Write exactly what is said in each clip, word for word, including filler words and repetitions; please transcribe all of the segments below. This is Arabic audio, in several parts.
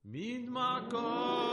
مين معكم؟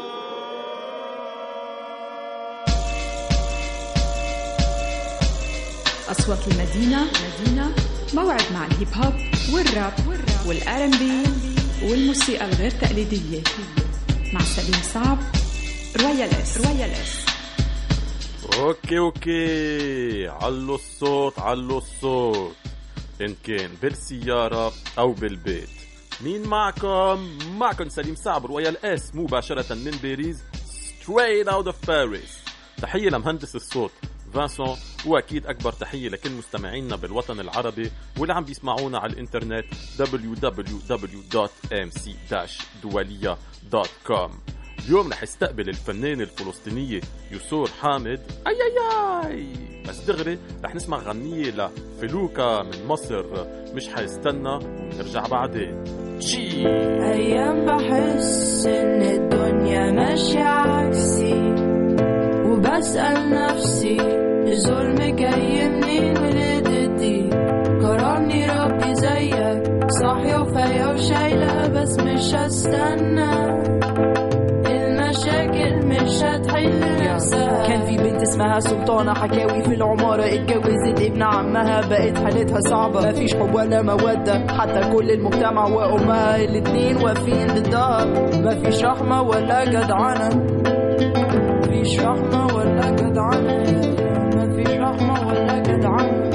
أصوات المدينة مدينة موعد مع الهيب هوب والراب والآر إن بي والموسيقى الغير تقليدية مع سليم صعب رويالس رويالس. اوكي اوكي علو الصوت علو الصوت ان كان بالسيارة او بالبيت. مين معكم؟ معكم سليم صعب رويال اس مباشرة من باريس straight out of Paris. تحية لمهندس الصوت فانسون، واكيد اكبر تحية لكل مستمعينا بالوطن العربي واللي عم بيسمعونا على الانترنت دبليو دبليو دبليو دوت ام سي داش دوالية دوت كوم. اليوم رح يستقبل الفنانة الفلسطينية يسور حامد. اي اي اي بس دغري رح نسمع غنية لفلوكا من مصر مش حيستنى ونرجع بعدين. تشي ايام بحس ان الدنيا ماشية عكسي وبسأل نفسي الظلم جاي منين ولدتي. كرمني ربي زيك صاحية وفايقة وشايلة بس مش هستنى المشاكل مش هتحل نفسها. كان في بنت اسمها سلطانة حكاوي في العمارة اتجوزت ابن عمها بقت حالتها صعبة مفيش حب ولا مودة حتى كل المجتمع وأمها الاتنين واقفين ضدها. مفيش رحمة ولا جدعنة مفيش رحمة ولا جدعنة مفيش رحمة ولا جدعنة.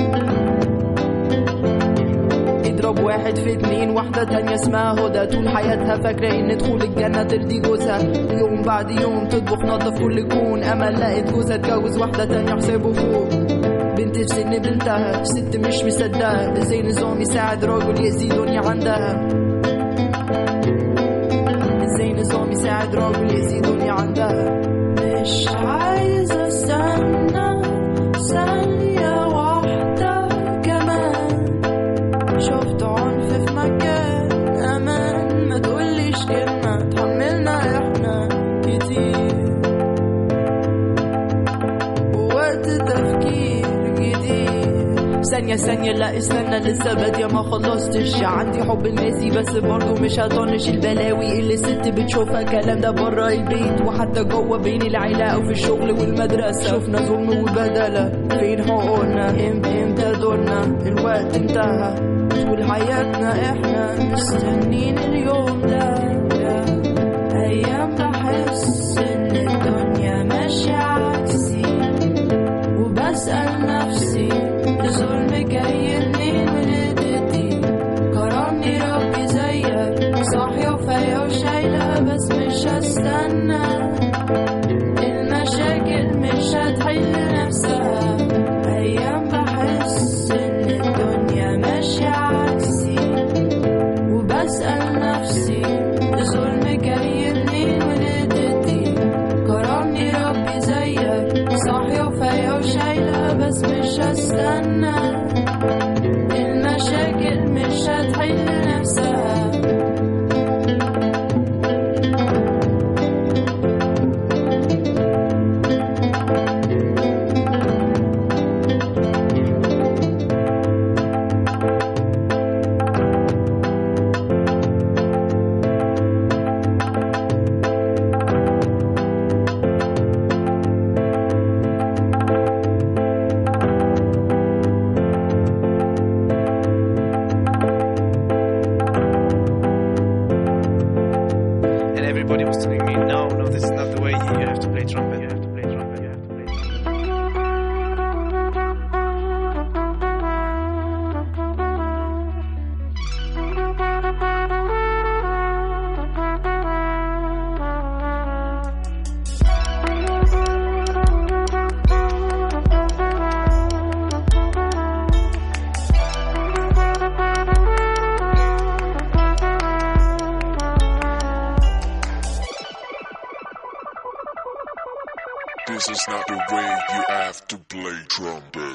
اضرب واحد في اتنين واحدة تانية اسمها هدى طول حياتها فاكرة ان دخول الجنة ترضي جوزها. يوم بعد يوم تطبخ نظف كل كون امل لقيت جوزها اتجوز واحدة تانية حسابه فوق. بنت في سن بنتها ست مش مصدقة ازاي نظام يساعد راجل يأذي دنيا عندها. ازاي نظام يساعد راجل يأذي دنيا عندها. مش عايز استنى ثانية واحدة كمان شفت عنف في مكان أمان ما تقوليش كلمة تحملنا احنا كتير ووقت تفكير جديد. ثانية ثانية لا استنى لسه بادية ما خلصتش عندي حب الماسي بس برضو مش هطنش البلاوي اللي الست بتشوفها كلام ده برا البيت وحتى جوه بين العيلة او في الشغل والمدرسة. شفنا ظلم وبدلة فين حقوقنا امتى دورنا الوقت انتهى طول حياتنا احنا مستنين اليوم ده. ايام بحس ان الدنيا ماشية عكسي وبسأل نفسي الظلم جاي منين ولدتي. كرمني ربي زيك صاحية وفايقة وشايلة بس مش هستنى المشاكل مش هتحل نفسها. أيام بحس إن الدنيا ماشية عكسي وبسأل نفسي الظلم جاي منين ولدتي. كرمني ربي زيك صاحية وفايقة وشايلة بس مش هستنى المشاكل مش هتحل نفسها. This is not the way you have to play trumpet.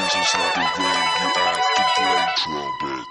This is not the way you have to play trumpet.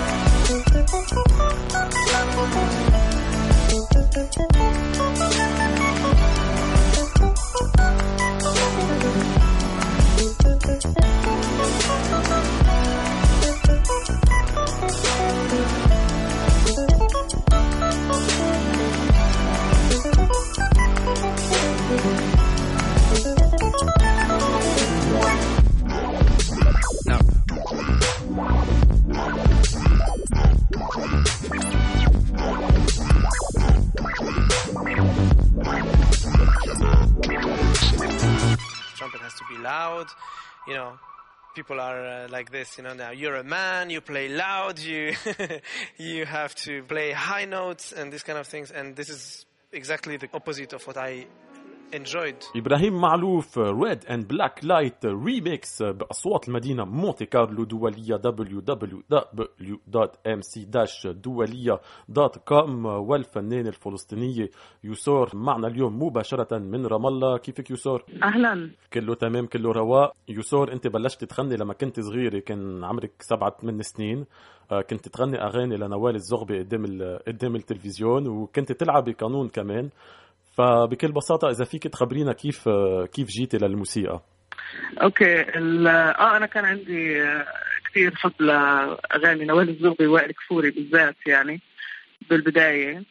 Trumpet has to be loud, you know. People are uh, like this, you know. Now you're a man, you play loud, you you have to play high notes and this kind of things. And this is exactly the opposite of what I enjoyed. إبراهيم معلوف Red and Black Light Remix بأصوات المدينة مونتي كارلو دولية دبليو دبليو دبليو دوت ام سي داش دولية دوت كوم. والفنان الفلسطينية يسور معنا اليوم مباشرة من رام الله. كيفك يسور؟ أهلا. كله تمام كله رواق. يسور أنت بلشت تغني لما كنت صغيرة، كان عمرك سبعة ثمان سنين، كنت تغني أغاني لنوال الزغبي قدام قدام التلفزيون، وكنت تلعب بقانون كمان. فبكل بساطة إذا فيك تخبرينا كيف كيف جيتي للموسيقى. أوكي. اه أنا كان عندي كثير حب لأغاني نوال الزغبي ووائل كفوري بالذات يعني بالبداية،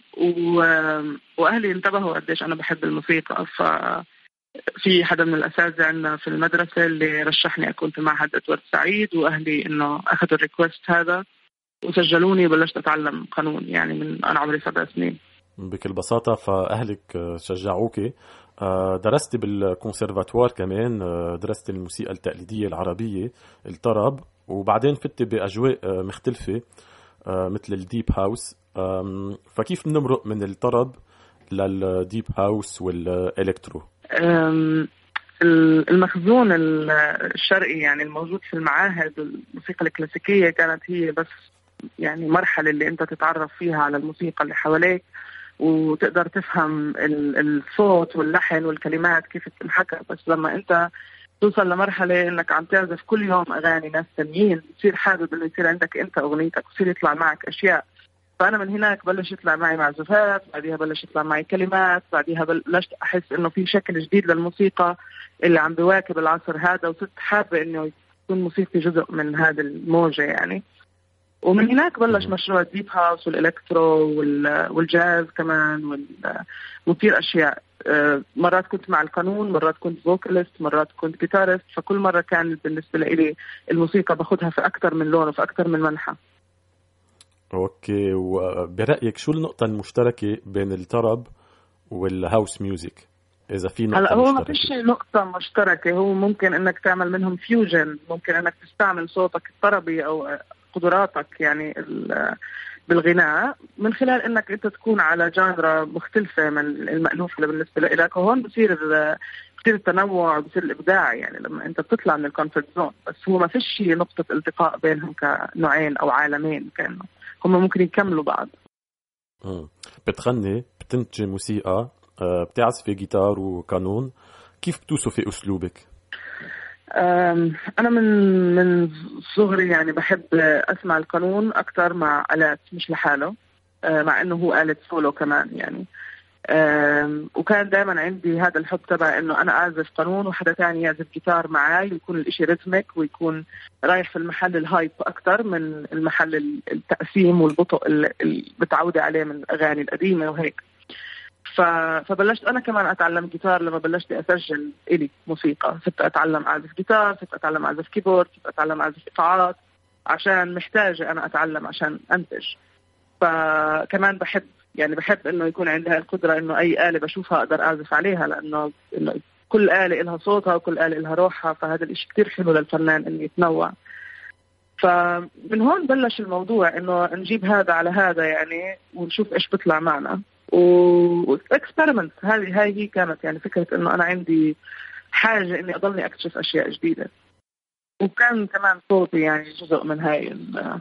وأهلي انتبهوا قديش أنا بحب الموسيقى. ففي حدا من الأساتذة عندنا في المدرسة اللي رشحني أكون في معهد إدوارد سعيد، وأهلي إنه أخذوا الريكوست هذا وسجلوني وبلشت أتعلم قانون يعني من أنا عمري سبع سنين. بكل بساطة فأهلك شجعوكي. درست بالكونسيرفاتوار كمان، درست الموسيقى التقليدية العربية الطرب، وبعدين فت بأجواء مختلفة مثل الديب هاوس. فكيف نمرق من الطرب للديب هاوس والإلكترو؟ المخزون الشرقي يعني الموجود في المعاهد الموسيقى الكلاسيكية كانت هي بس يعني مرحلة اللي أنت تتعرف فيها على الموسيقى اللي حواليك وتقدر تفهم الصوت واللحن والكلمات كيف تنحكى. بس لما أنت توصل لمرحلة إنك عم تعزف كل يوم أغاني ناس تانيين، تصير حابب إنه يصير عندك أنت أغنيتك وتصير يطلع معك أشياء. فأنا من هناك بلش يطلع معي معزوفات، بعديها بلش يطلع معي كلمات، بعديها بلشت أحس إنه في شكل جديد للموسيقى اللي عم بواكب العصر هذا، وصرت حابة إنه يكون موسيقي جزء من هذه الموجة يعني. ومن هناك بلش مشروع الديب هاوس والإلكترو والجاز كمان وكثير أشياء. مرات كنت مع القانون، مرات كنت فوكاليست، مرات كنت جيتارست. فكل مرة كان بالنسبة لي الموسيقى باخدها في أكتر من لون وفي أكتر من منحى. أوكي. وبرأيك شو النقطة المشتركة بين الطرب والهاوس ميوزك؟ إذا في نقطة هلا هو مشتركة. ما فيش نقطة مشتركة، هو ممكن إنك تعمل منهم فيوجن، ممكن إنك تستعمل صوتك الطربي أو قدراتك يعني بالغناء من خلال إنك أنت تكون على جانرا مختلفة من المألوف اللي بالنسبة لك. وهون بصير بصير التنوع، بصير الإبداع يعني لما أنت بتطلع من الكونفورت زون. بس هو ما فيش نقطة التقاء بينهم كنوعين أو عالمين، كأنه هم ممكن يكملوا بعض. مم. بتغني، بتنتج موسيقى، بتعزفي جيتار وقانون، كيف بتوصفي أسلوبك؟ أنا من من صغري يعني بحب أسمع القانون أكتر مع آلات مش لحاله، مع إنه هو آلة سولو كمان يعني. وكان دائما عندي هذا الحب تبع إنه أنا أعزف قانون وحدا تاني يعزف جيتار معاي، ويكون الإشي ريتميك ويكون رايح في المحل الهايب أكتر من المحل التقسيم والبطء اللي بتعودي عليه من الأغاني القديمة وهيك. فبلشت أنا كمان أتعلم جيتار لما بلشت أسجل إلي موسيقى. صرت أتعلم أعزف جيتار، صرت أتعلم أعزف كيبورد، صرت أتعلم أعزف إيقاعات عشان محتاجة أنا أتعلم عشان أنتج. فكمان بحب يعني بحب إنه يكون عندي القدرة إنه أي آلة بشوفها أقدر أعزف عليها، لأنه إنه كل آلة إلها صوتها وكل آلة إلها روحها. فهذا الإشي كتير حلو للفنان إنه يتنوع. فمن هون بلش الموضوع إنه نجيب هذا على هذا يعني ونشوف إيش بطلع معنا واكسبيرمنت. هذه هاي هي كانت يعني فكرة إنه أنا عندي حاجة إني أضلني أكتشف أشياء جديدة، وكان كمان صوتي يعني جزء من هاي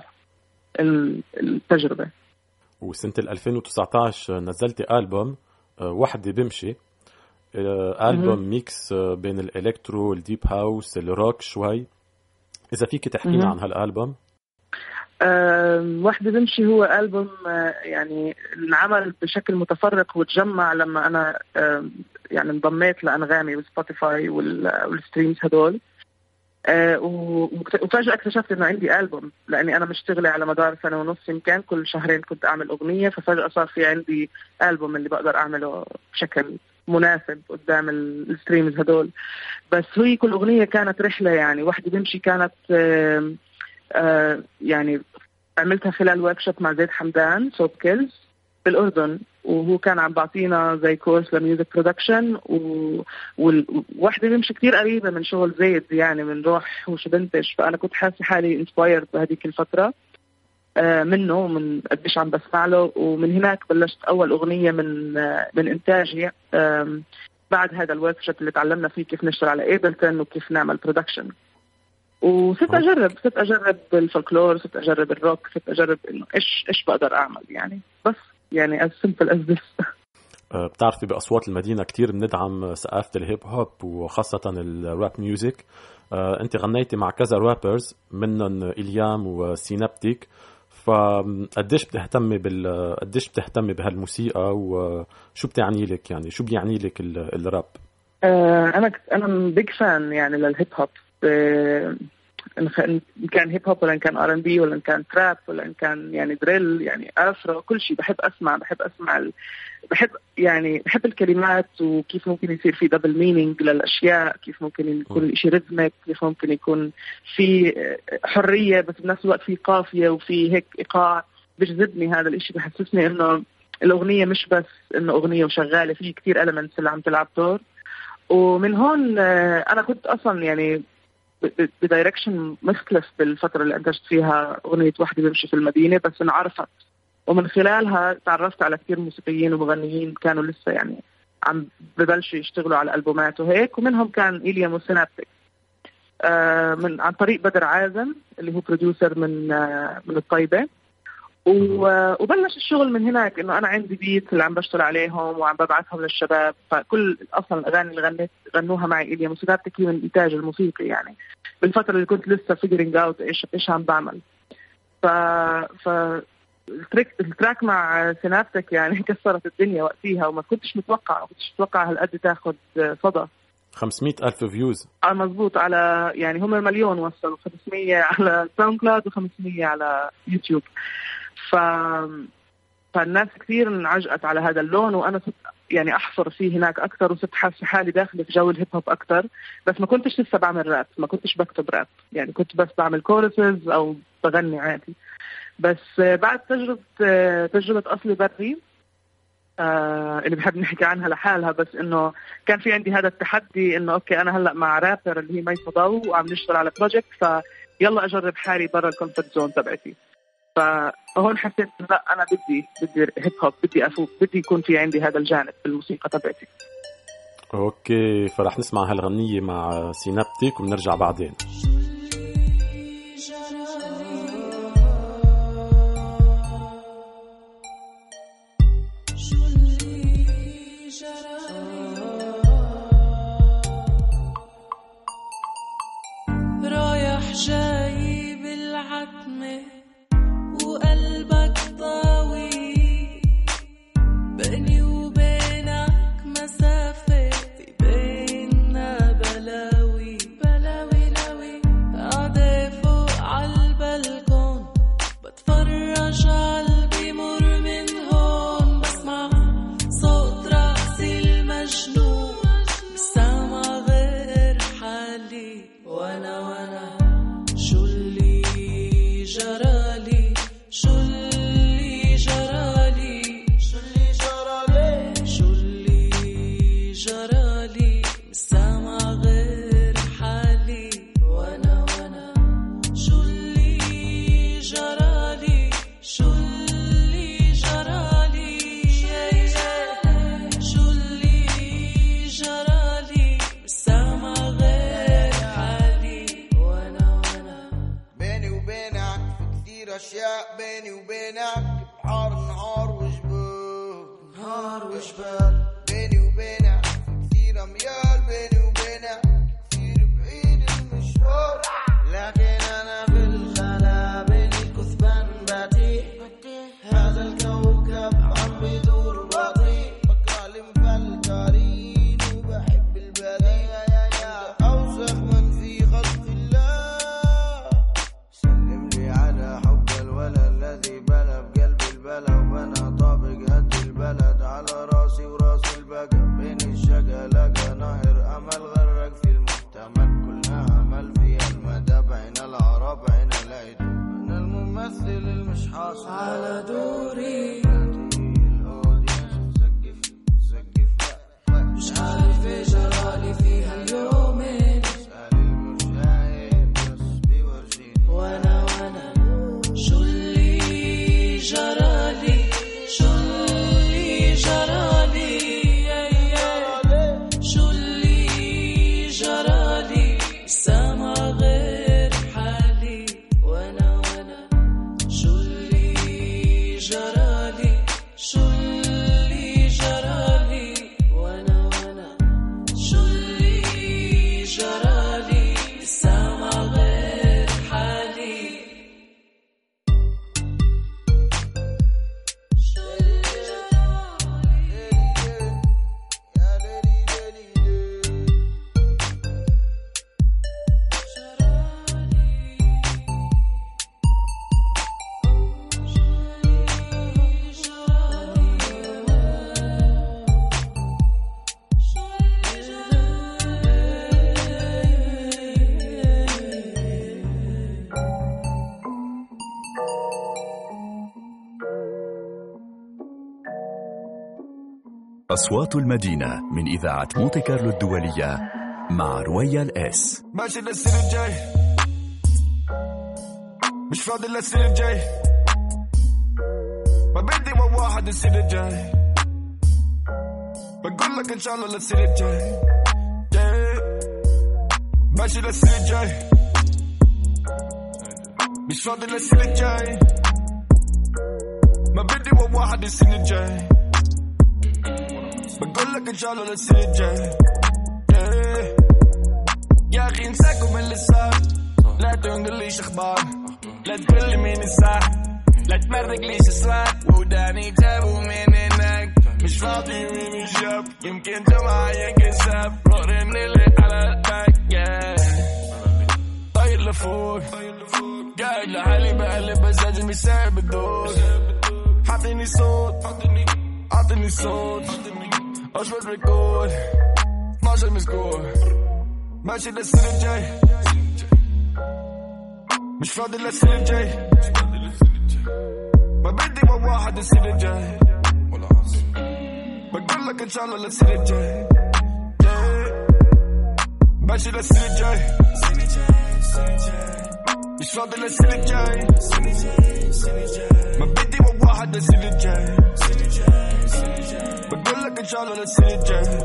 التجربة. وسنة ألفين وتسعة عشر نزلت ألبوم وحدي بمشي، ألبوم ميكس بين الإلكترو، الديب هاوس، الروك شوي. إذا فيك تحكينا عن هالألبوم. أه وحدة بمشي هو ألبوم أه يعني انعمل بشكل متفرق وتجمع لما أنا أه يعني انضميت لأنغامي وسبوتيفاي والستريمز هدول. أه وفجأة اكتشفت إنه عندي ألبوم، لأني أنا مشتغلة على مدار سنة ونص يمكن كل شهرين كنت أعمل أغنية، ففجأة صار في عندي ألبوم اللي بقدر أعمله بشكل مناسب قدام الستريمز هدول. بس هي كل أغنية كانت رحلة، يعني وحدة بمشي كانت أه أه يعني عملتها خلال وركشوب مع زيد حمدان سوب كيلز بالأردن، وهو كان عم بعطينا زي كورس لميوزك برودكشن، وواحدة بمشي كتير قريبة من شغل زيد، يعني من روح وش بنتج، فأنا كنت حاسة حالي انسبايرد بهذيك الفترة منه، من قديش عم بسمع له. ومن هناك بلشت أول أغنية من من إنتاجي بعد هذا الوركشوب اللي تعلمنا فيه كيف نشتغل على ايبلتون وكيف نعمل برودكشن. وست أجرب ست أجرب الفولكلور، ست أجرب الروك، ست أجرب إنه إيش إيش بقدر أعمل، يعني بس يعني as simple as this. بتعرفي بأصوات المدينة كتير بندعم ثقافة الهيب هوب وخاصة الراب ميوزك. أنت غنيتي مع كذا رابرز منهم إليام وسينابتيك، فقديش بتهتمي بال قديش بتهتمي بهالموسيقى وشو بتعني لك، يعني شو بيعني لك الراب؟ أنا أنا بيج فان يعني للهيب هوب، إن كان هيب هوب ولا إن كان آر إن بي ولا إن كان تراب ولا إن كان يعني دريل يعني أفرو، كل شيء بحب أسمع بحب أسمع ال... بحب يعني بحب الكلمات وكيف ممكن يصير في دبل مينينج للأشياء، كيف ممكن يكون شيء ريتميك، كيف ممكن يكون في حرية بس بنفس الوقت في قافية وفي هيك إيقاع. بجذبني هذا الإشي، بحسسني إنه الأغنية مش بس إنه أغنية وشغالة، في كتير إلمنتس اللي عم تلعب دور. ومن هون أنا كنت أصلا يعني بدايركشن مختلف بالفترة اللي أنتجت فيها أغنية وحدة بمشي في المدينة، بس انعرفت ومن خلالها تعرفت على كثير موسيقيين ومغنيين كانوا لسه يعني عم ببلشوا يشتغلوا على ألبومات وهيك، ومنهم كان إليام وسينابتيك آه من عن طريق بدر عازم اللي هو بروديوسر من آه من الطيبة. وبلش الشغل من هناك، إنه أنا عندي بيت اللي عم بشتغل عليهم وعم ببعثهم للشباب، فكل أصلا الأغاني اللي غنيت غنوها معي إليام وسينابتيك من الإنتاج الموسيقي، يعني بالفترة اللي كنت لسه figuring out إيش إيش عم بعمل. ف ف التراك التراك مع سينابتيك يعني كسرت الدنيا وقتها، وما كنتش متوقع ما كنتش متوقع هالقد تاخد صدى. خمسمية ألف فيوز اه مزبوط، على يعني هم مليون وصلوا، خمسمية على ساوند كلاود وخمسمية على يوتيوب. ف فالناس كثير انعجقت على هذا اللون، وانا صرت يعني احفر فيه هناك اكثر، وصرت حاسه حالي داخله في جو الهيب هوب اكثر. بس ما كنتش لسه بعمل راب، ما كنتش بكتب راب، يعني كنت بس بعمل كورسز او بغني عادي. بس بعد تجربه تجربه اصلي بري آه اللي بحب نحكي عنها لحالها، بس انه كان في عندي هذا التحدي انه اوكي انا هلا مع رابر اللي هي ميس ضو وعم نشتغل على بروجكت، فيلا اجرب حالي برا الكومفورت زون تبعتي. فهون حسيت لا انا بدي بدي هيب هوب، بدي افوق، بدي يكون في عندي هذا الجانب في الموسيقى تبعتي. اوكي، فرح نسمع هالغنية مع سينابتيك وبنرجع بعدين. رايح جاي بالعتمة وقلبك طاوي، بيني وبينك مسافة، في بيننا بلاوي بلاوي لاوي. قاعدة فوق عالبلكون بتفرج عالبي مر من هون، بسمع صوت راسي المجنون، بسامع غير حالي وانا وانا شو اللي جرالي، شو اللي جرالي، شو اللي جرالي، شو اللي جرالي، سامع غير حالي وانا وانا شو اللي جرالي، شو اللي جرالي، شو اللي جرالي، سامع غير حالي وانا وانا. بيني وبينك في كثير أشياء، بيني وبينك بحار نهار وجبال نهار وجبال. بيني وبينك في كثير أميال، بيني وبينك كثير بعيد المشوار، لكن مثل المش حاصل على دوري مش عارف ايش جرالي فيها اليومين وانا وانا شو اللي جرالي شو اللي جرالي شو اللي جرالي سما غير حالي وانا وانا شو اللي جرالي شو اللي جرالي وانا وانا شو اللي جرالي سما غير حالي شو اللي جرالي يا ليلي ليلي أصوات المدينة من إذاعة مونتي كارلو الدولية مع رويال إس. ماشي للسنة الجاي مش فاضي للسنة الجاي ما بدي واحد السنة الجاي بقول لك إن شاء الله للسنة الجاي ماشي للسنة الجاي مش فاضي للسنة الجاي ما بدي واحد السنة الجاي بقول لك إن شاء الله للسنة الجاي يا أخي انساكم من اللي صار لا تنقليش أخبار لا تقولي مين الصح لا تمرق ليش أسرار وداني جابوا من هناك مش فاضي مين الجاب يمكن جماعة كساب رورين اللي على الباك طاير لفوق قاعد لحالي بقلب بزاجي مش سايب الدور حاطيني صوت عطني صوت أشبط ريكورد اثناشر مسكور ماشي للسنة الجاي مش فاضي للسنة الجاي ما بدي واحد السنة الجاي بقول لك إن شاء الله للسنة الجاي ماشي للسنة الجاي مش فاضي للسنة الجاي ما بدي واحد السنة الجاي بقول لك إن شاء الله للسنة الجاي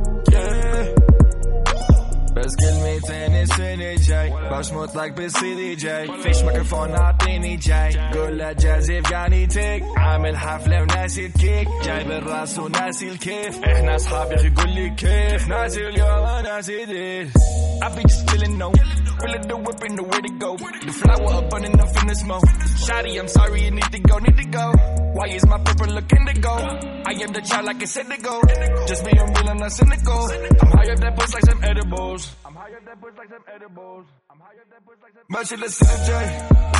بس كلمتين السنة الجاي بشمط لك بالسي جاي فيش ميكروفون عطيني جاي قول له جازف قاني تيك عامل حفلة وناسي الكيك جايب الراس وناسي الكيف احنا اصحاب يا اخي قول لي كيف ناسي اليوم وناسي this I be just chillin' no feeling the whip and nowhere to go the flower up burning up in the smoke Shawty I'm sorry you need to go need to go why is my paper looking to go I am the child like I said to go just being real I'm not cynical I'm high up that push like some edibles I'm high up that push like some edibles I'm high up that push like some ماشي للسنة الجاي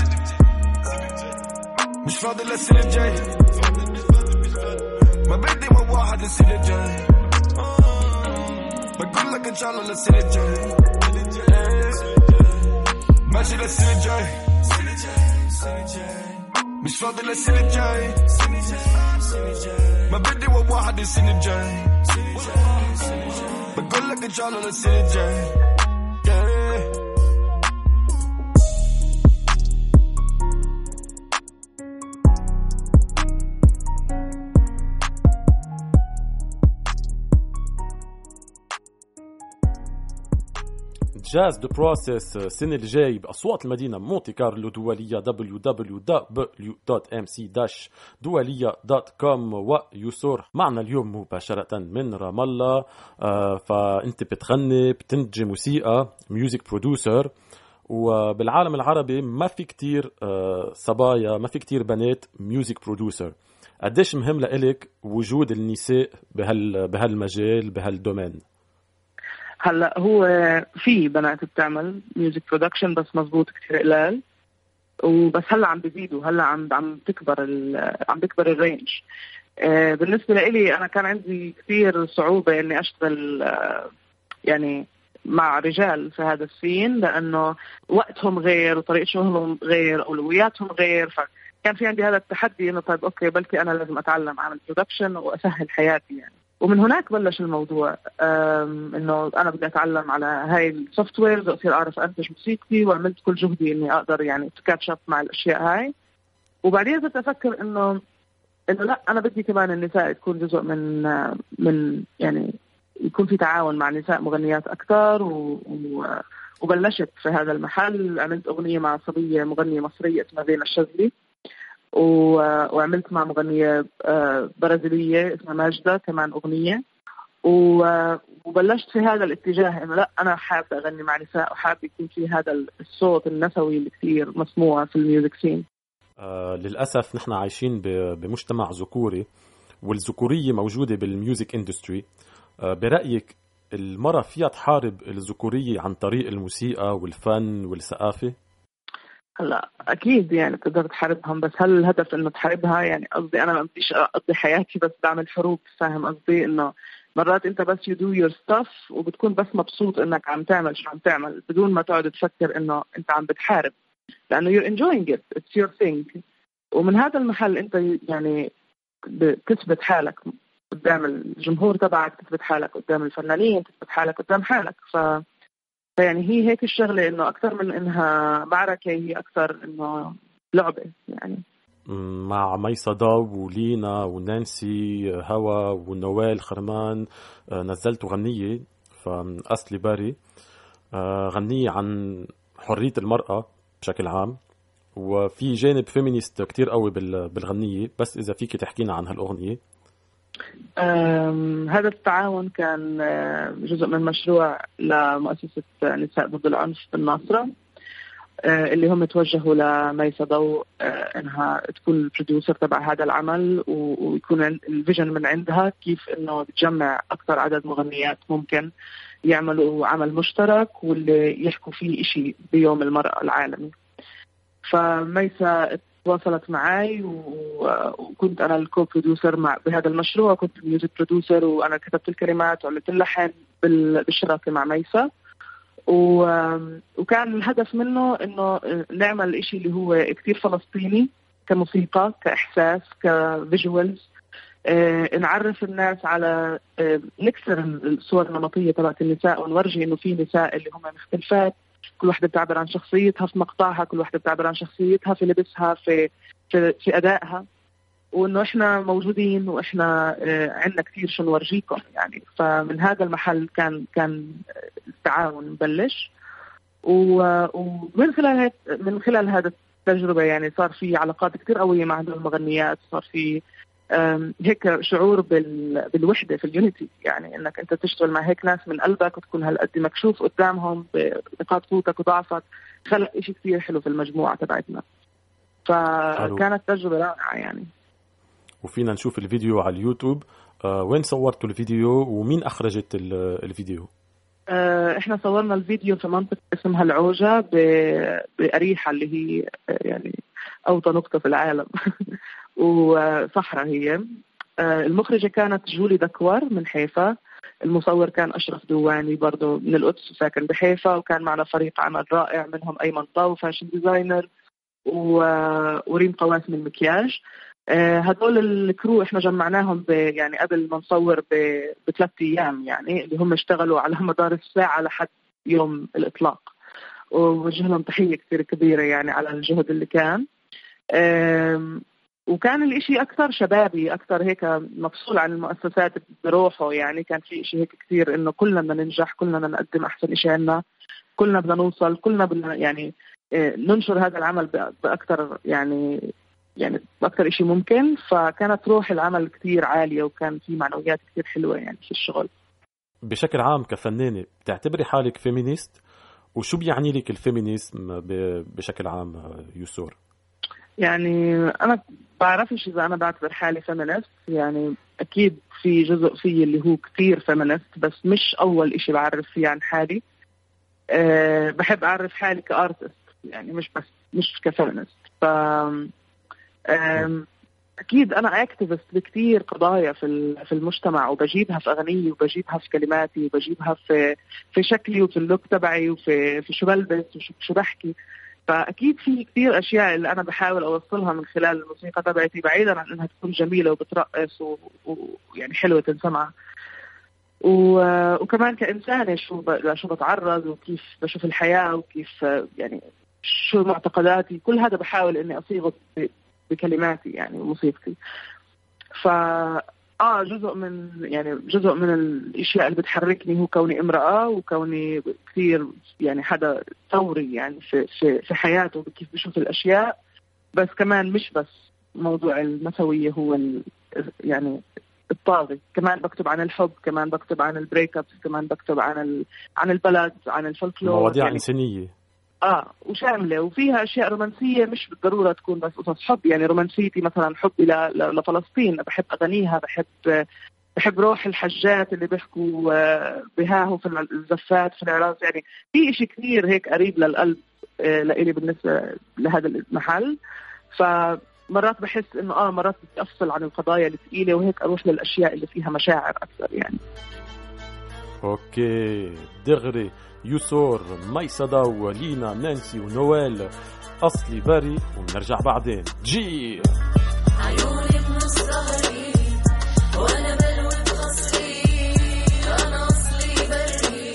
مش فاضي للسنة الجاي ما بدي واحد السنة الجاي بقول لك إن شاء الله للسنة الجاي ماشي للسنة الجاي مش فاضي للسنة الجاي ما بدي واحد السنة الجاي بقول لك إن شاء الله للسنة الجاي جاز دو بروسيس السنة اللي جاي بأصوات المدينة مونتي كارلو دولية دبليو دبليو دبليو دوت ام سي داش دولية دوت كوم ويسور معنا اليوم مباشرة من رام الله. آه فأنت بتغني بتنتج موسيقى ميوزك برودوسر وبالعالم العربي ما في كتير آه صبايا ما في كتير بنات ميوزك برودوسر. قديش مهم لإلك وجود النساء بهال بهالمجال بهالدومين؟ هلا هو في بنات بتعمل ميوزك برودكشن بس مزبوط كتير قلال وبس هلا عم بيزيدوا هلا عم عم تكبر عم بيكبر الرينج. آه بالنسبه لي انا كان عندي كتير صعوبه اني اشتغل آه يعني مع رجال في هذا السين، لأنه وقتهم غير وطريقة شغلهم غير، أولوياتهم غير. فكان في عندي هذا التحدي إنه طيب أوكي بلكي أنا لازم أتعلم أعمل برودكشن وأسهل حياتي يعني. ومن هناك بلش الموضوع إنه أنا بدي أتعلم على هاي السوفت ويرز وأصير أعرف أنتج موسيقتي، وعملت كل جهدي إني أقدر يعني تكاتش أب مع الأشياء هاي. وبعدين بدي أفكر إنه إنه لا أنا بدي كمان النساء تكون جزء من من يعني يكون في تعاون مع نساء مغنيات أكثر. و... و... وبلشت في هذا المحل، عملت أغنية مع صبية مغنية مصرية اسمها زينة الشاذلي، و... وعملت مع مغنية برازيلية اسمها ماجدة كمان أغنية. و... وبلشت في هذا الاتجاه إنه لا أنا حابة أغني مع نساء، وحابة يكون في هذا الصوت النسوي اللي كثير مسموع في الميوزك سين. آه للأسف نحن عايشين بمجتمع ذكوري، والذكورية موجودة بالميوزك اندستري. آه برأيك المرأة فيها تحارب الذكورية عن طريق الموسيقى والفن والثقافة؟ هلا أكيد يعني تقدر تحاربهم، بس هل الهدف إنه تحاربها؟ يعني قصدي أنا ما بديش أقضي حياتي بس بعمل حروب، فاهم قصدي؟ إنه مرات أنت بس you do your stuff وبتكون بس مبسوط إنك عم تعمل شو عم تعمل بدون ما تقعد تفكر إنه أنت عم بتحارب، لأنه you're enjoying it, it's your thing. ومن هذا المحل أنت يعني بتثبت حالك قدام الجمهور تبعك، تثبت حالك قدام الفنانين، تثبت حالك قدام حالك. ف... فيعني هي هيك الشغلة، إنه أكثر من إنها معركة هي أكثر إنه لعبة يعني. مع ميسا ضو ولينا ونانسي هوا ونوال خرمان نزلت غنية فأصلي باري، غنية عن حرية المرأة بشكل عام، وفي جانب فيمينيست كتير قوي بالغنية. بس إذا فيك تحكينا عن هالأغنية. هذا التعاون كان جزء من مشروع لمؤسسة نساء ضد العنف بالناصرة، اللي هم توجهوا لميسا ضو انها تكون البروديوسر تبع هذا العمل، ويكون الفيجن من عندها كيف انه تجمع اكثر عدد مغنيات ممكن يعملوا عمل مشترك واللي يحكوا فيه إشي بيوم المرأة العالمي. فميسا تواصلت معي وكنت أنا الكو بروديوسر مع بهذا المشروع، كنت الميوزك بروديوسر وأنا كتبت الكلمات وعملت اللحن بالشراكة مع ميسا. وكان الهدف منه إنه نعمل إشي اللي هو كتير فلسطيني كموسيقى كإحساس كفيجوالز، اه نعرف الناس على اه نكسر الصور النمطية تبعت النساء ونورجي إنه في نساء اللي هم مختلفات، كل واحدة بتعبر عن شخصيتها في مقطعها، كل واحدة بتعبر عن شخصيتها في لبسها في في, في أدائها، وإنه إحنا موجودين وإحنا اه عندنا كتير شو نورجيكم يعني. فمن هذا المحل كان كان التعاون مبلش، ومن خلال من خلال هذا التجربة يعني صار في علاقات كتير قوية مع هذول المغنيات، صار في هيك شعور بالوحدة في اليونيتي، يعني انك انت تشتغل مع هيك ناس من قلبك وتكون هالقد مكشوف قدامهم بنقاط قوتك وضعفك، خلق إشي كتير حلو في المجموعة تبعتنا. فكانت تجربة رائعة يعني. وفينا نشوف الفيديو على اليوتيوب. آه وين صورتوا الفيديو ومين أخرجت الفيديو؟ آه احنا صورنا الفيديو في منطقة اسمها العوجة بأريحة اللي هي يعني أوطى نقطة في العالم وصحراء هي. المخرجة كانت جولي دكوار من حيفا، المصور كان أشرف دواني برضو من القدس ساكن بحيفا، وكان معنا فريق عمل رائع منهم أيمن طاو فاشن ديزاينر وريم قواس من مكياج. هدول الكرو احنا جمعناهم يعني قبل ما نصور بثلاث أيام، يعني اللي هم اشتغلوا على مدار الساعة لحد يوم الإطلاق، ووجه لهم تحية كثير كبيرة يعني على الجهد اللي كان. وكان الإشي أكثر شبابي، أكثر هيك مفصول عن المؤسسات بروحه، يعني كان في إشي هيك كثير إنه كلنا بدنا ننجح، كلنا بدنا نقدم أحسن إشي عنا، كلنا بدنا نوصل، كلنا بدنا يعني ننشر هذا العمل بأكثر يعني يعني بأكثر إشي ممكن. فكانت روح العمل كثير عالية وكان في معنويات كثير حلوة يعني في الشغل. بشكل عام كفنانة بتعتبري حالك فيمينيست؟ وشو بيعني لك الفيمينيزم بشكل عام يسور؟ يعني أنا بعرفش إذا أنا بعتبر حالي فيمينيست، يعني أكيد في جزء فيه اللي هو كتير فيمينيست، بس مش أول إشي بعرف فيه عن حالي. أه بحب أعرف حالي كأرتست يعني، مش بس مش كفيمينيست. ف أكيد أنا أكتيفست بكتير قضايا في في المجتمع، وبجيبها في أغنية وبجيبها في كلماتي وبجيبها في في شكلي وفي اللوك تبعي وفي في شو بلبس وشو بحكي. فأكيد في كتير أشياء اللي أنا بحاول أوصلها من خلال الموسيقى تبعتي، بعيدا عن أنها تكون جميلة وبترقص ويعني حلوة تنسمع، وكمان كإنسانة شو شو بتعرض وكيف بشوف الحياة وكيف يعني شو معتقداتي، كل هذا بحاول إني أصيغه بكلماتي يعني وموسيقتي. ف آه جزء من يعني جزء من الأشياء اللي بتحركني هو كوني امرأة، وكوني كثير يعني حدا ثوري يعني في في في حياته كيف بشوف الأشياء. بس كمان مش بس موضوع النسوية هو يعني الطاغي، كمان بكتب عن الحب، كمان بكتب عن البريك ابس، كمان بكتب عن ال... عن البلد، عن الفولكلور، مواضيع يعني إنسانية اه وشامله، وفيها اشياء رومانسيه مش بالضروره تكون بس قصص حب. يعني رومانسيتي مثلا حبي ل... ل... لفلسطين، بحب اغانيها، بحب بحب روح الحجات اللي بيحكوا بهاهو في الزفات في العراس. يعني في شيء كثير هيك قريب للقلب لإلي بالنسبه لهذا المحل. فمرات بحس انه اه مرات بدي افصل عن القضايا الثقيله وهيك اروح للاشياء اللي فيها مشاعر اكثر يعني. اوكي دغري يسور ميسدة ولينا نانسي ونوال أصلي بري، ونرجع بعدين. جي عيوني من الصهري وأنا بلوي بقصري، أنا أصلي بري،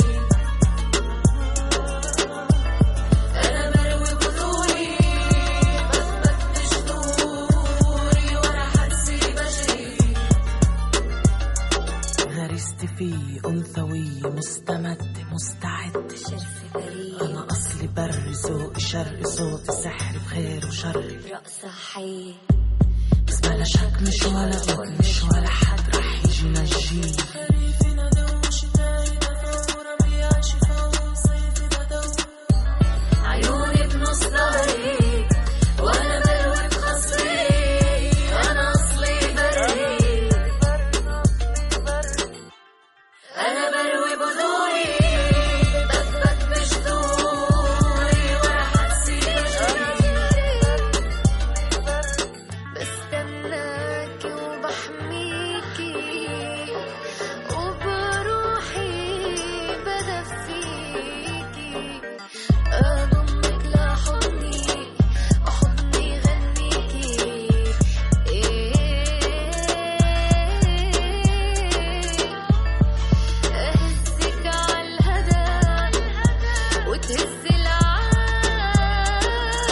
أنا بلوي بذوري، بثبت بجذوري وأنا حرسي بجري. غرست في أنثوي مستمد مستعد، شرفي بريء، أنا أصلي بر ذوق شرقي، صوتي سحر بخير وشر، رأس حي بس بلا شك مش ولا قد مش ولا حد رح يجي نجي. خريفي ندو شتاي ندو ربيع شفا وصيفي ندو، عيوني بنص ظهري وأنا بلوي بخصري، أنا أصلي بري، أنا بلوي بذوري، بثبت بجذوري وأنا حرسي بجري. بستناكي وبحميكي وبروحي بدفيكي، أضمك لحضني وحضني غنيكي. أهزك عالهدى وتهز العالم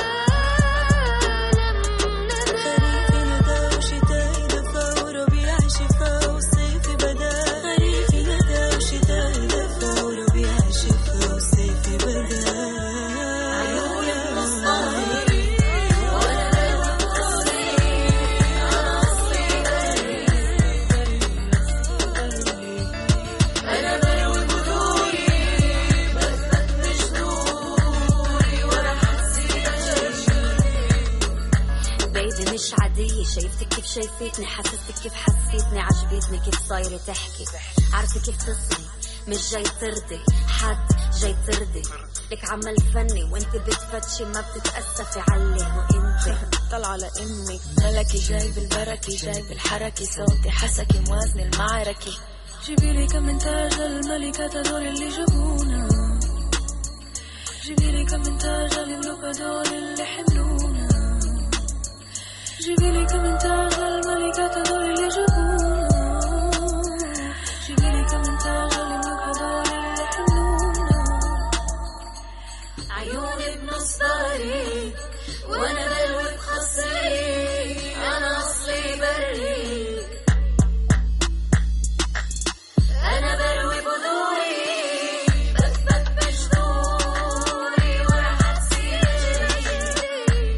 ندى، خريفي ندى وشتاي دفا وربيع شفا وصيفي بدا، خريفي ندى وشتاي دفا وربيع شفا وصيفي بدا. عيوني بنص ظهري وأنا بلوي بقصري، أنا أصلي بري، أنا بلوي بذوري، بثبت بجذوري وأنا حرسي بجري. بيبي مش عادية، شايفتك كيف شايفتني، حسستك كيف حسيتني، عجبتني كيف صايرة تحكي، عارفة كيف تصغي، مش جاي ترضي حد، جاي ترضي لك عمل فني، وانت بتفتشي ما بتتأسفي علي، وانت طلع لأمك ملكي، جاي بالبركة جاي بالحركة، صوتي حسكي موازن المعركة. جيبيلي كم من تاج الملكة دول اللي جابونا، جيبيلي كم من تاج الملوك دول اللي حملونا، جيبيلي كم من تاج الملكة دول اللي جابونا، جيبيلي كم من تاج الملوك دول اللي حملونا. عيوني بنص ظهري وأنا بلوي بخصري، أنا أصلي بري، أنا بلوي بذوري، بثبت بجذوري وأنا حرسي بجري.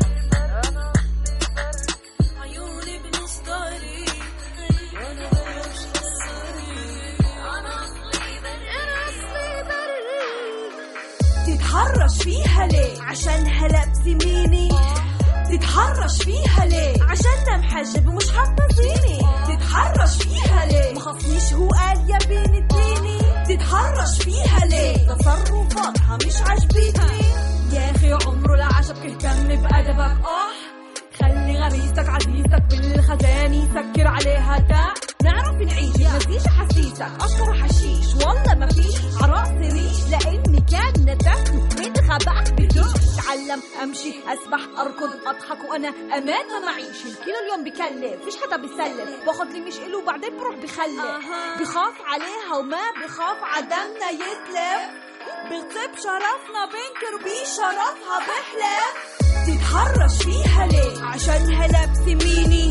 عيوني بنص ظهري وأنا بلوي بخصري، أنا أصلي بري، أنا أصلي بري. تتحرش فيها ليه؟ عشان هلا بسميني. تتحرش فيها ليه؟ عشان محجب ومش حاطه زيني. تتحرش فيها ليه؟ مخافنيش هو قال يا بين اديني. تتحرش فيها ليه؟ تصرفاتها مش عجبتني. يا اخي عمره لا عجبك، اهتم بأدبك. اه خلي غريزتك عزيزتك بالخزان نسكر عليها تاع نعرف نعيش مزيج حسيسك أشكر حشيش والله ما فيش عراس ريش لأني كان نتفل من غباء بدوش تعلم أمشي أسبح أركض أضحك وأنا أمان ما معيش الكيلو اليوم بكلف فيش حدا بيسلف باخد لي مش إله وبعدين بروح بخلف بخاف عليها وما بخاف عدمنا يتلف بغصب شرفنا بنكر بيه شرفها بحلف تتحرش فيها ليه عشانها لابسة ميني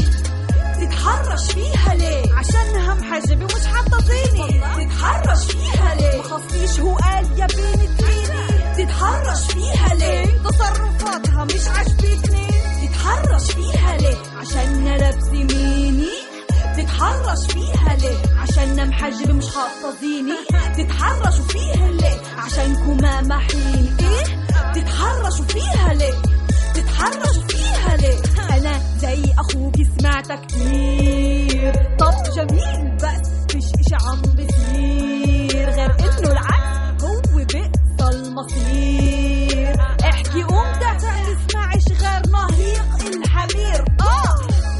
تتحرش فيها ليه عشانها محجبة ومش حاطة زيني تتحرش فيها ليه مخصنيش هو قال يا بني تريني تتحرش فيها ليه تصرفاتها مش عجبتني تتحرش فيها ليه عشانها لابسة ميني تتحرش فيها ليه عشاننا محجبة مش حاطة زيني تتحرشوا فيها ليه عشانكم ما محيني ايه تتحرشوا فيها ليه تتحرشوا فيها ليه انا زي اخوك سمعتك كتير طب جميل بس فيش اشي عم بصير غير انه العكس هو بقصى المصير احكي امتى تسمعش غير نهيق الحمير اه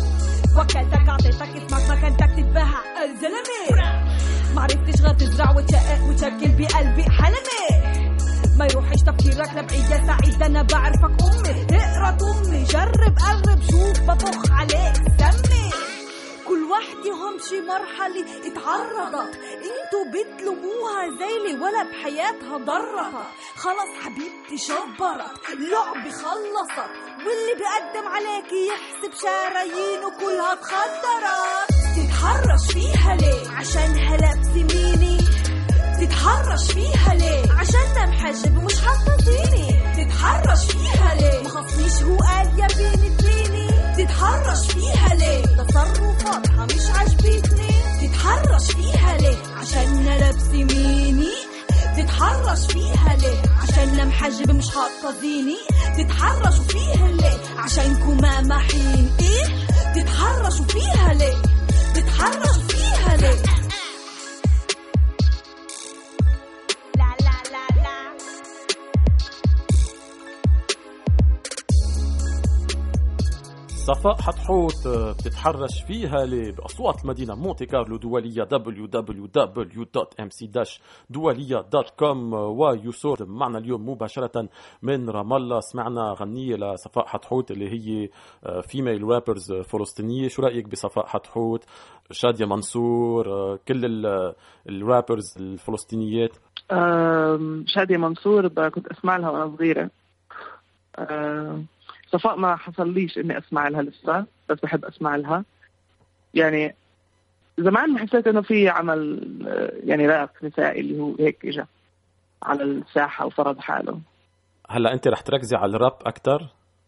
وكلتك عطيتك اسمك ما كنتك تتباهى الزلمة معرفتش غير تزرع وتشقق وتشكل بقلبي حلمي ما يروحش تفكيرك لبعيد يا سعيد انا بعرفك امي اقرا امي جرب قرب شوف ببخ عليك سمي كل وحدة هم شي مرحلة اتعرضت انتو بتلوموها زيلي ولا بحياتها ضرتها خلص حبيبتي شبرت لعبي خلصت واللي بيقدم عليكي يحسب شرايينه كلها تخدرت تتحرش فيها ليه عشانها لابسة ميني تتحرش فيها ليه عشاننا محجب ومش حاطة زيني تتحرش فيها ليه مخصنيش هو قال يا بني تريني تتحرش فيها ليه تصرفاتها مش عجبتني تتحرش فيها ليه عشاننا لابسة ميني تتحرش فيها ليه عشاننا محجب مش حاطة زيني تتحرشوا فيها ليه عشانكم ما محين ايه تتحرشوا فيها ليه تتحرشوا فيها ليه صفاء حتحوت بتتحرش فيها ليه بأصوات المدينة مونتي كارلو دولية دبليو دبليو دبليو دوت ام سي داش دولية دوت كوم. ويسور معنا اليوم مباشرة من رام الله. سمعنا غنية لصفاء حتحوت اللي هي فيميل رابرز فلسطينية. شو رأيك بصفاء حتحوت، شادية منصور، كل الرابرز الفلسطينيات؟ شادية منصور كنت أسمع لها وأنا صغيرة. صفاء ما حصل ليش إني أسمع لها لسه، بس بحب أسمع لها. يعني زمان ما حسيت إنه في عمل يعني راب نسائي اللي هو هيك إجا على الساحة وفرض حاله. هلا أنت رح تركزي على الراب أكتر؟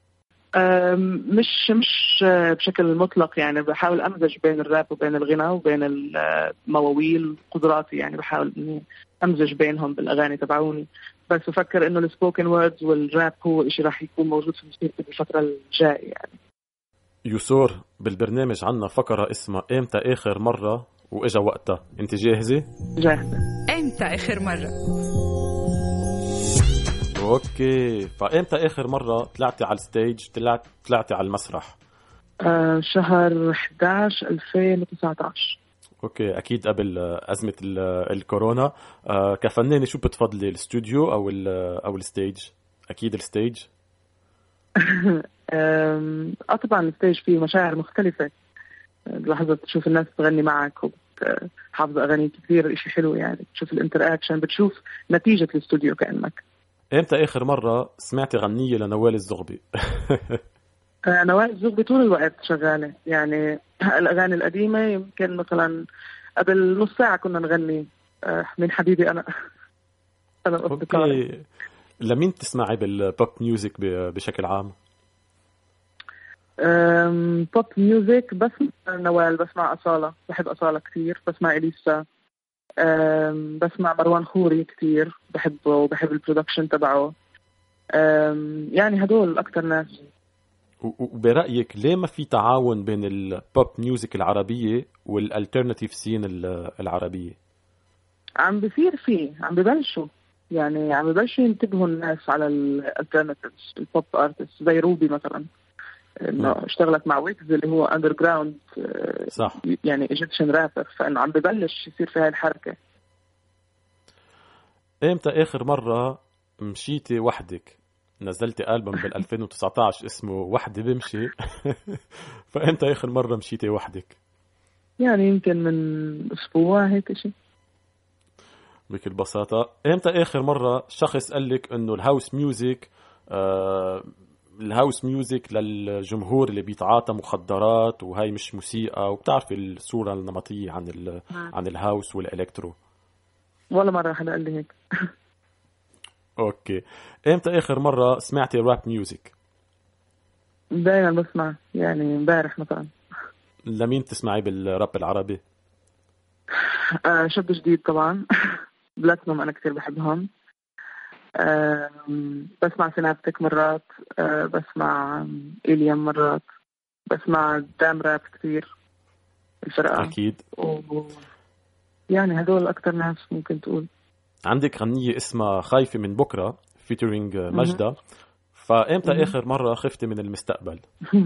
مش مش بشكل مطلق، يعني بحاول أمزج بين الراب وبين الغنى وبين المواويل قدراتي، يعني بحاول إني أمزج بينهم بالأغاني تبعوني. بس بفكر إنه السبوكن ووردز والراب هو إشي راح يكون موجود في موسيقتي بالفترة الجاية. يعني يسور بالبرنامج عنا فقرة اسمها إمتى آخر مرة وإجا وقتها، أنت جاهزة؟ جاهزة. إمتى آخر مرة؟ اوكي، فامتى اخر مره طلعتي على الستيج، طلعت طلعتي على المسرح؟ آه شهر إحدى عشر ألفين وتسعة عشر. اوكي، اكيد قبل ازمه الكورونا. آه كفنانه شو بتفضلي، الاستوديو او او الستيج؟ اكيد الستيج. اه طبعا الستيج فيه مشاعر مختلفه، لحظه تشوف الناس تغني معك وحافظ اغاني كثير، إشي حلو يعني. بتشوف الانتراكشن، بتشوف نتيجه الاستوديو كانك. امتى اخر مره سمعتي غنيه لنوال الزغبي؟ نوال الزغبي طول الوقت شغاله، يعني الاغاني القديمه يمكن مثلا قبل نص ساعه كنا نغني من حبيبي انا. انا اوكي، لمين تسمعي بالبوب ميوزك بشكل عام؟ بوب ميوزك بس نوال، بسمع أصالة، بحب أصالة كثير، بسمع إليسا، بسمع مروان خوري كثير، بحبه وبحب البرودكشن تبعه. يعني هدول أكتر ناس. وبرأيك ليه ما في تعاون بين البوب ميوزك العربية والالترناتيف سين العربية؟ عم بصير فيه، عم ببلشوا يعني عم ببلشوا ينتبهوا الناس على الالترناتيفز، البوب ارتست زي روبي مثلا. انه اشتغلت مع ويكز اللي هو اندر جراوند صح يعني ايجيبشن رابر، فانه عم ببلش يصير في هاي الحركه. امتى اخر مره مشيتي وحدك؟ نزلتي ألبوم بال ألفين وتسعة عشر اسمه وحدي بمشي فامتى اخر مره مشيتي وحدك؟ يعني يمكن من اسبوع هيك شيء. بكل بساطه امتى اخر مره شخص قال لك انه الهاوس ميوزك آه الهاوس ميوزك للجمهور اللي بيتعاطى مخدرات وهي مش موسيقى، وبتعرفي الصورة النمطية عن ال عن الهاوس والإلكترو؟ ولا مرة حدا قال لي هيك. اوكي، امتى اخر مرة سمعتي راب ميوزك؟ دايما بسمع، يعني امبارح مثلا. لمين تسمعي بالراب العربي؟ آه شاب جديد طبعا. بلاتنوم انا كثير بحبهم. أه بسمع سينابتك مرات، أه بسمع إليام مرات، بسمع دام راب كثير الفرقة أكيد. و... يعني هدول أكتر ناس ممكن تقول. عندك غنية اسمها خايفة من بكرة فيتورينج مجدة، فإمتى م- آخر مرة خفتي من المستقبل؟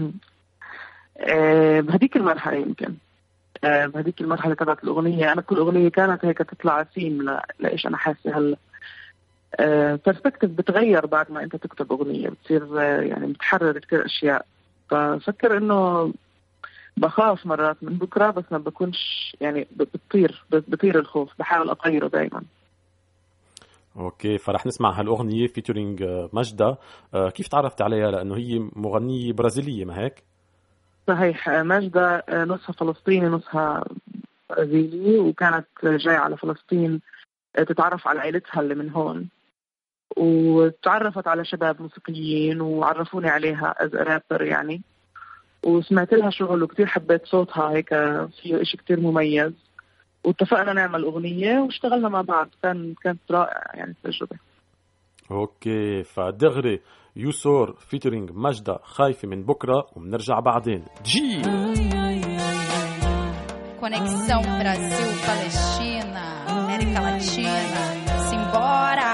أه بهديك المرحلة يمكن، أه بهديك المرحلة تبعت الأغنية. أنا كل أغنية كانت هيك تطلع سيم لا لإيش أنا حاسة هلا. برسبكتيف بتغير بعد ما انت تكتب اغنيه، بتصير يعني بتحرر كثير اشياء. ففكر انه بخاف مرات من بكره، بس ما بكونش يعني بتطير بطير الخوف، بحاول اطيره دائما. اوكي، فرح نسمع هالاغنيه فيتورينج مجدة. كيف تعرفت عليها؟ لانه هي مغنيه برازيليه، ما هيك؟ صحيح، مجدة نصها فلسطيني نصها برازيلي، وكانت جايه على فلسطين تتعرف على عائلتها اللي من هون، وتعرفت على شباب موسيقيين وعرفوني عليها از رابر يعني. وسمعت لها شغل وكتير حبيت صوتها، هيك فيه إشي كتير مميز، واتفقنا نعمل أغنية واشتغلنا مع بعض. كان كانت رائعة يعني التجربة. اوكي، فدغري يوسور فيتورينج مجدة خايفة من بكرة، وبنرجع بعدين. جي Conexão Brasil-Palestina, América Latina, simbora!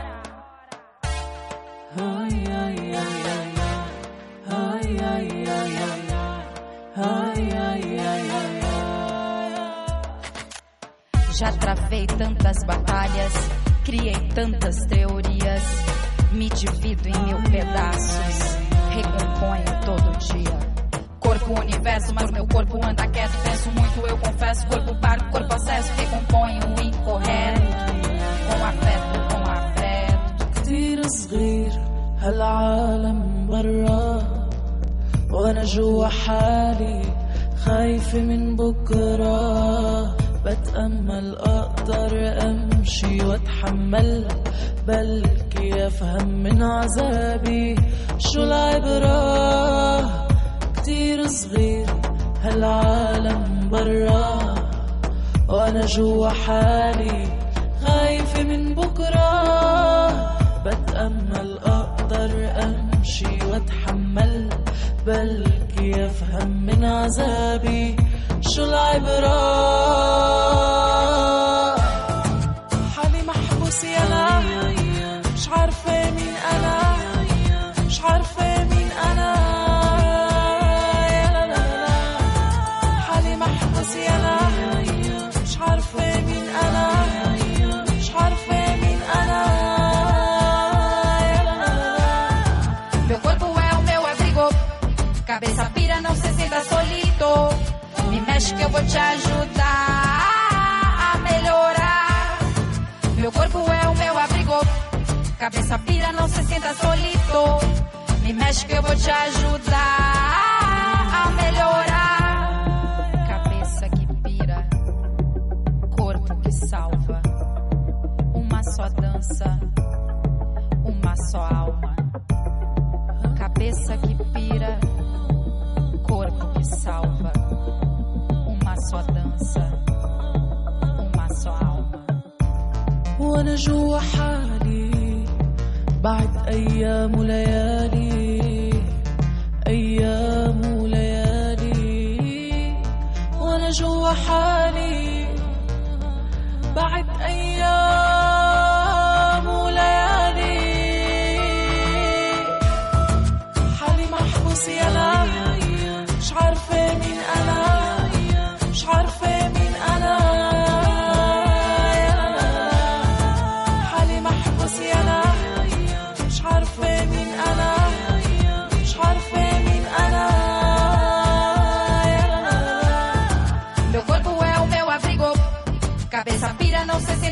Já travei tantas batalhas, criei tantas teorias, me divido em mil pedaços, recomponho todo dia. Corpo, universo, mas meu corpo anda quieto. Penso muito, eu confesso. Corpo parco, corpo acesso. Recomponho o incorreto. Com afeto, com afeto. كتير صغير هالعالم برا، وانا جوا حالي خايفة من بكرة. بتأمل أقدر أمشي وأتحمل، بلكي أفهم من عذابي شو العبرة. كتير صغير هالعالم برا، وانا جوا حالي خايفة من بكرة. بتأمل أقدر أمشي وأتحمل، بلكي أفهم من عذابي شو العبرة. حالي محبوس يلا، مش عارفة مين أنا، مش عارفة مين أنا. مش عارفة مين أنا، مش عارفة مين أنا. Meu corpo é o meu abrigo, cabeça pira, não se sinta solito. Me mexe que eu vou te ajudar a melhorar. Meu corpo é o meu abrigo, cabeça pira, não se sinta solito. Me mexe que eu vou te ajudar a melhorar. Salva uma só dança, uma só alma. Cabeça que pira, corpo que salva. Uma só dança, uma só alma. وانا جوا حالي بعد ايام وليالي، ايام وليالي. وانا جوا حالي بعد أيام وليالي. حالي محبوس يلا،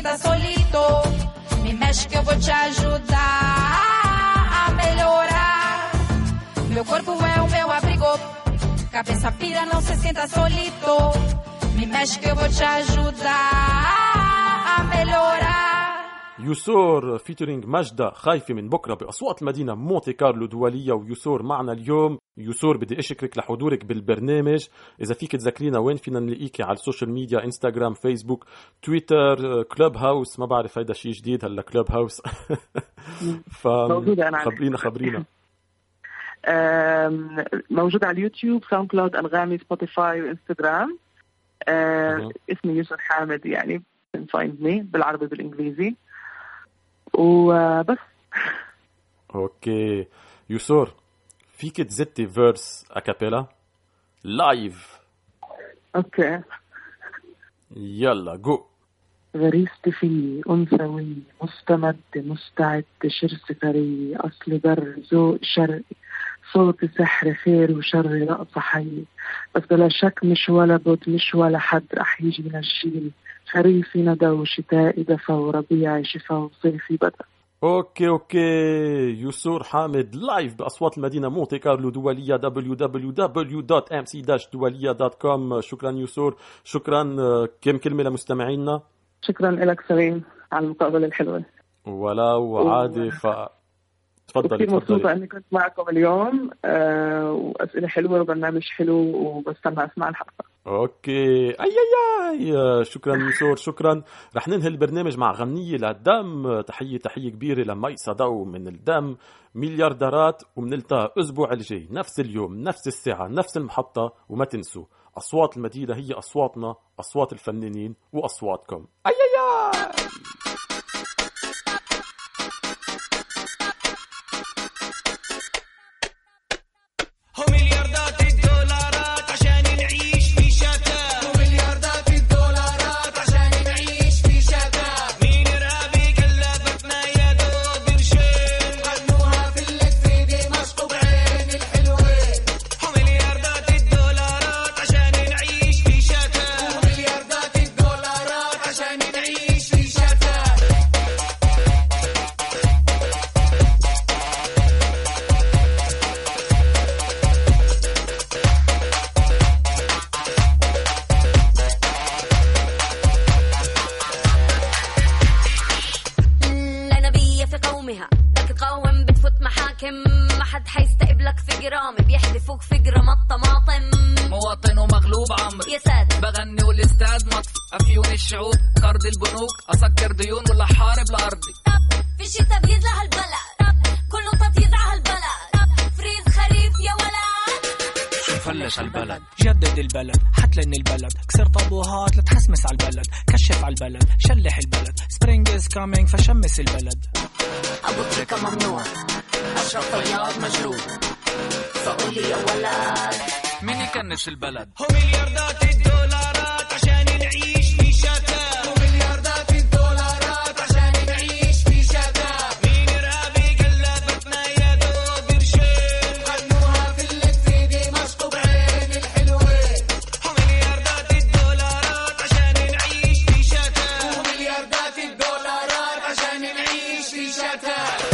sinta solito. Me mexe que eu vou te ajudar a melhorar. Meu corpo é o meu abrigo. Cabeça pira, não se sinta solito. Me mexe que eu vou te ajudar a melhorar. يسور فيتورينج مجدة خايفة من بكرة بأصوات المدينة مونتي كارلو دولية. ويسور معنا اليوم. يسور بدي أشكرك لحضورك بالبرنامج. إذا فيك تذكرينا وين فينا نلاقيكي على السوشيال ميديا، انستغرام، فيسبوك، تويتر، كلوب هاوس. ما بعرف هيدا شيء جديد هلا كلوب هاوس. فخبرينا خبرينا. موجود على اليوتيوب، ساوند كلاود، أنغامي، سبوتيفاي وإنستغرام. اسمي يسور حامد، يعني find me بالعربي بالإنجليزي وبس. اوكي يسور، فيك تزتي فيرس أكابيلا لايف؟ اوكي يلا جو. غريزتي في أنثوي مستمد مستعد شرس ثري أصل بر ذوق شرقي صوت سحر خير وشر رقص حي بس بلا شك مش ولا بد مش ولا حد رح يجي من الجيل خريفي ندى وشتائي دفى وربيعي شفا وصيفي بدأ. اوكي اوكي يسور حامد لايف باصوات المدينه مونتي كارلو دوليه دبليو دبليو دبليو دوت ام سي دوليه دوت كوم. شكرا يسور، شكرا. كم كلمه لمستمعينا؟ شكرا لك سليم على المقابله الحلوه. ولا وعادي ف تفضلي. كثير مبسوطه اني كنت معكم اليوم أه واسئله حلوه وبرنامج حلو وبستنى اسمع الحلقه. اوكي اي اي اي شكرا يسور شكرا. رح ننهي البرنامج مع غنية للدم. تحية تحية كبيرة لمي صدو من الدم ملياردرات، ومنلتقى الاسبوع الجاي نفس اليوم نفس الساعة نفس المحطة. وما تنسوا اصوات المدينة هي اصواتنا، اصوات الفنانين واصواتكم. اي اي فشمس البلد. أبو تريكة ممنوع، أشرف فياض مجروح، فقول لي يا ولد مين يكنس البلد؟ هو ملياردات الدولارات عشان نعيش في شتات. هو ملياردات الدولارات عشان نعيش في شتات. مين إرهابي قلبتنا يا دوب قرشين، خلوها في اللف دي مشطو بعين الحلوين. هو ملياردات الدولارات عشان نعيش في شتات. هو ملياردات الدولارات عشان نعيش في شتات.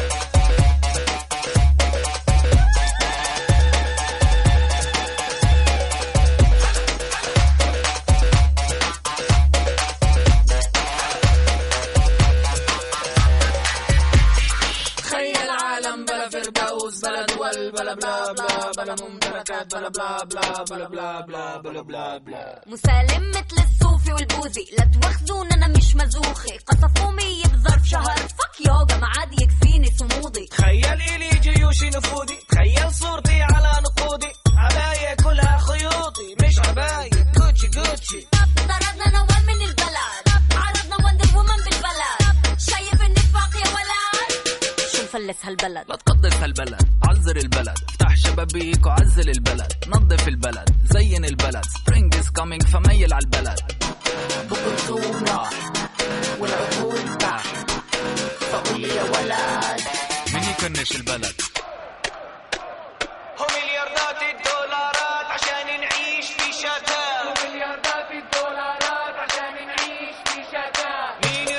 بلا بلا بلا بلا ممتلكات بلا بلا بلا بلا بلا بلا بلا بلا بلا. مسالم مثل الصوفي والبوذي، لا تواخذون انا مش مزوخي، قصفومي بظرف شهر فك يوغا ما عاد يكفيني صمودي. تخيل الي جيوشي نفودي، تخيل صورتي على نقودي، عباية كلها خيوطي مش عباية كوتشي كوتشي. طردنا نوال من البلد، عرضنا وندر وومن بالبلد، شايف النفاق يا ولد؟ شو نفلس هالبلد؟ لا تقدس هالبلد، عزر البلد، افتح شبابيك وعزل البلد، نظف البلد، زين البلد، spring is coming فميل على البلد. بكلثوم راح والعقول تحت، فقول لي يا ولد مين يكنش البلد؟ هو ملياردات الدولارات عشان نعيش في شتات. هو ملياردات الدولارات عشان نعيش في شتات. مين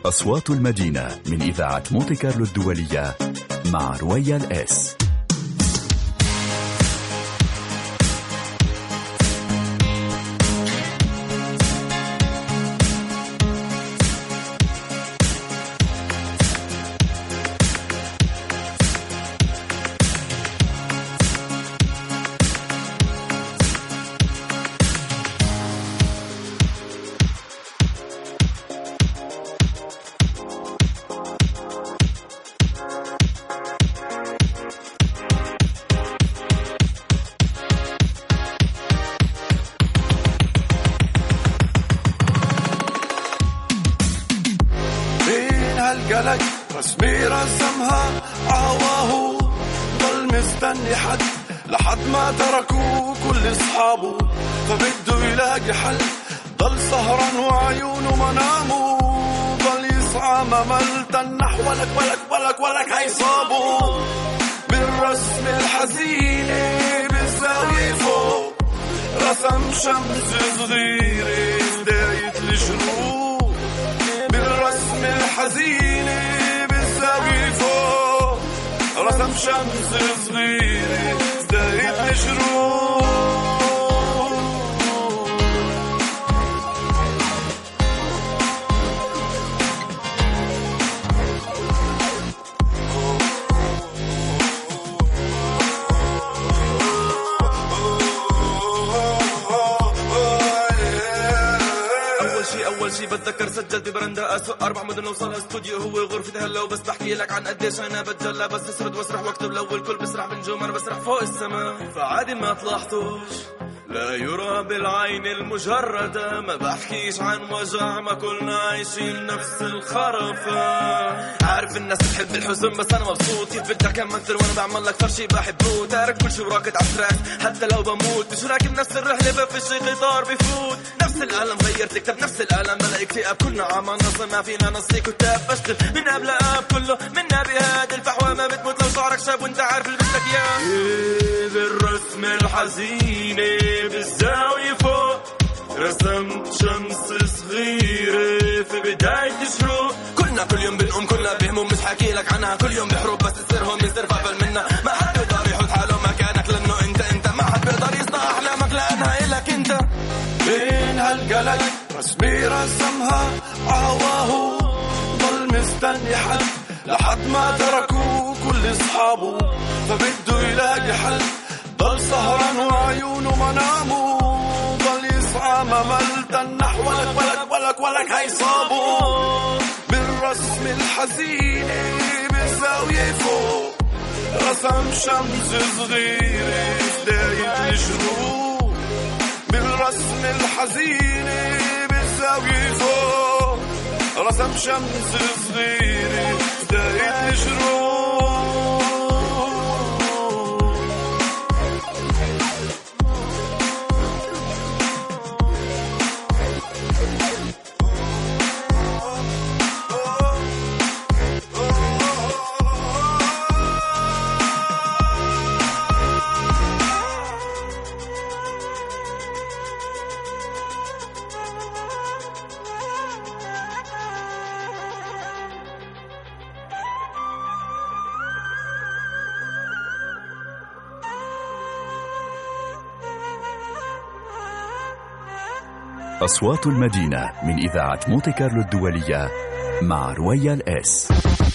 أصوات المدينة من إذاعة مونتي كارلو الدولية مع رويال إس. هالقلق رسمي رسمها عواه، ضل مستني حد لحد ما تركوا كل اصحابه، فبده يلاقي حل ضل سهران وعيونه منامه، ضل يسعى مملتا نحو ولك ولك ولك ولك هيصابه، بالرسم الحزينة بالزاوية فوق رسم شمس صغيرة بداية الشروق، بالرسم الحزينة بالزاوية فوق رسم شمس صغيرة بداية الشروق. أول شي بتذكر سجلت برندا أسوق أربع مدن وصل استوديو هو غرفتي هلا، وبس بحكي لك عن قديش أنا بتجلى، بس أسرد واسرح واكتب لو الكل بسرح من جو أنا بسرح فوق السماء، فعادي ما طلعتوش لا يرى بالعين المجردة، ما بحكيش عن وجع ما كلنا عايشين نفس الخرفة، عارف الناس بتحب الحزن بس أنا مبسوط، كيف بدك أمثل وأنا بعمل لك فرشي بحبه، تارك كل شي وراكد عالتراك حتى لو بموت، مش راكب نفس الرحلة بفشي قطار بفوت، نفس القلم غيرت كتاب نفس القلم بلا اكتئاب، كلنا عم نص ما فينا نصي كتاب، بشتغل من قبل أب كله منا بهاد الفحوى ما بتموت لو شعرك شاب وانت عارف اللي بدك اياه، بالرسم الحزينة بالزاوية فوق رسمت شمس صغيرة في بداية الشروق، كلنا كل يوم بنقوم كلنا بهموم مش حكي لك عنها، كل يوم بحروب بس تصيرهم يصير فقبل منا، ما حد بيقدر يحط حاله مكانك لأنه انت انت، ما حد بيقدر يصنع أحلامك لأنها إلك انت، بين هالقلق رسمي رسمها عواه، ضل مستني حد لحد ما تركوا كل اصحابه، فبده يلاقي حل ضل سهران وعيونه منامه، ضل يسعى مملتا نحو ولك ولك ولك ولك هيصابه، بالرسم الحزينة بالزاوية فوق رسم شمس صغيرة بداية الشروق، بالرسم الحزينة بالزاوية فوق رسم شمس صغيرة بداية الشروق. أصوات المدينة من إذاعة مونتي كارلو الدولية مع رويال إس.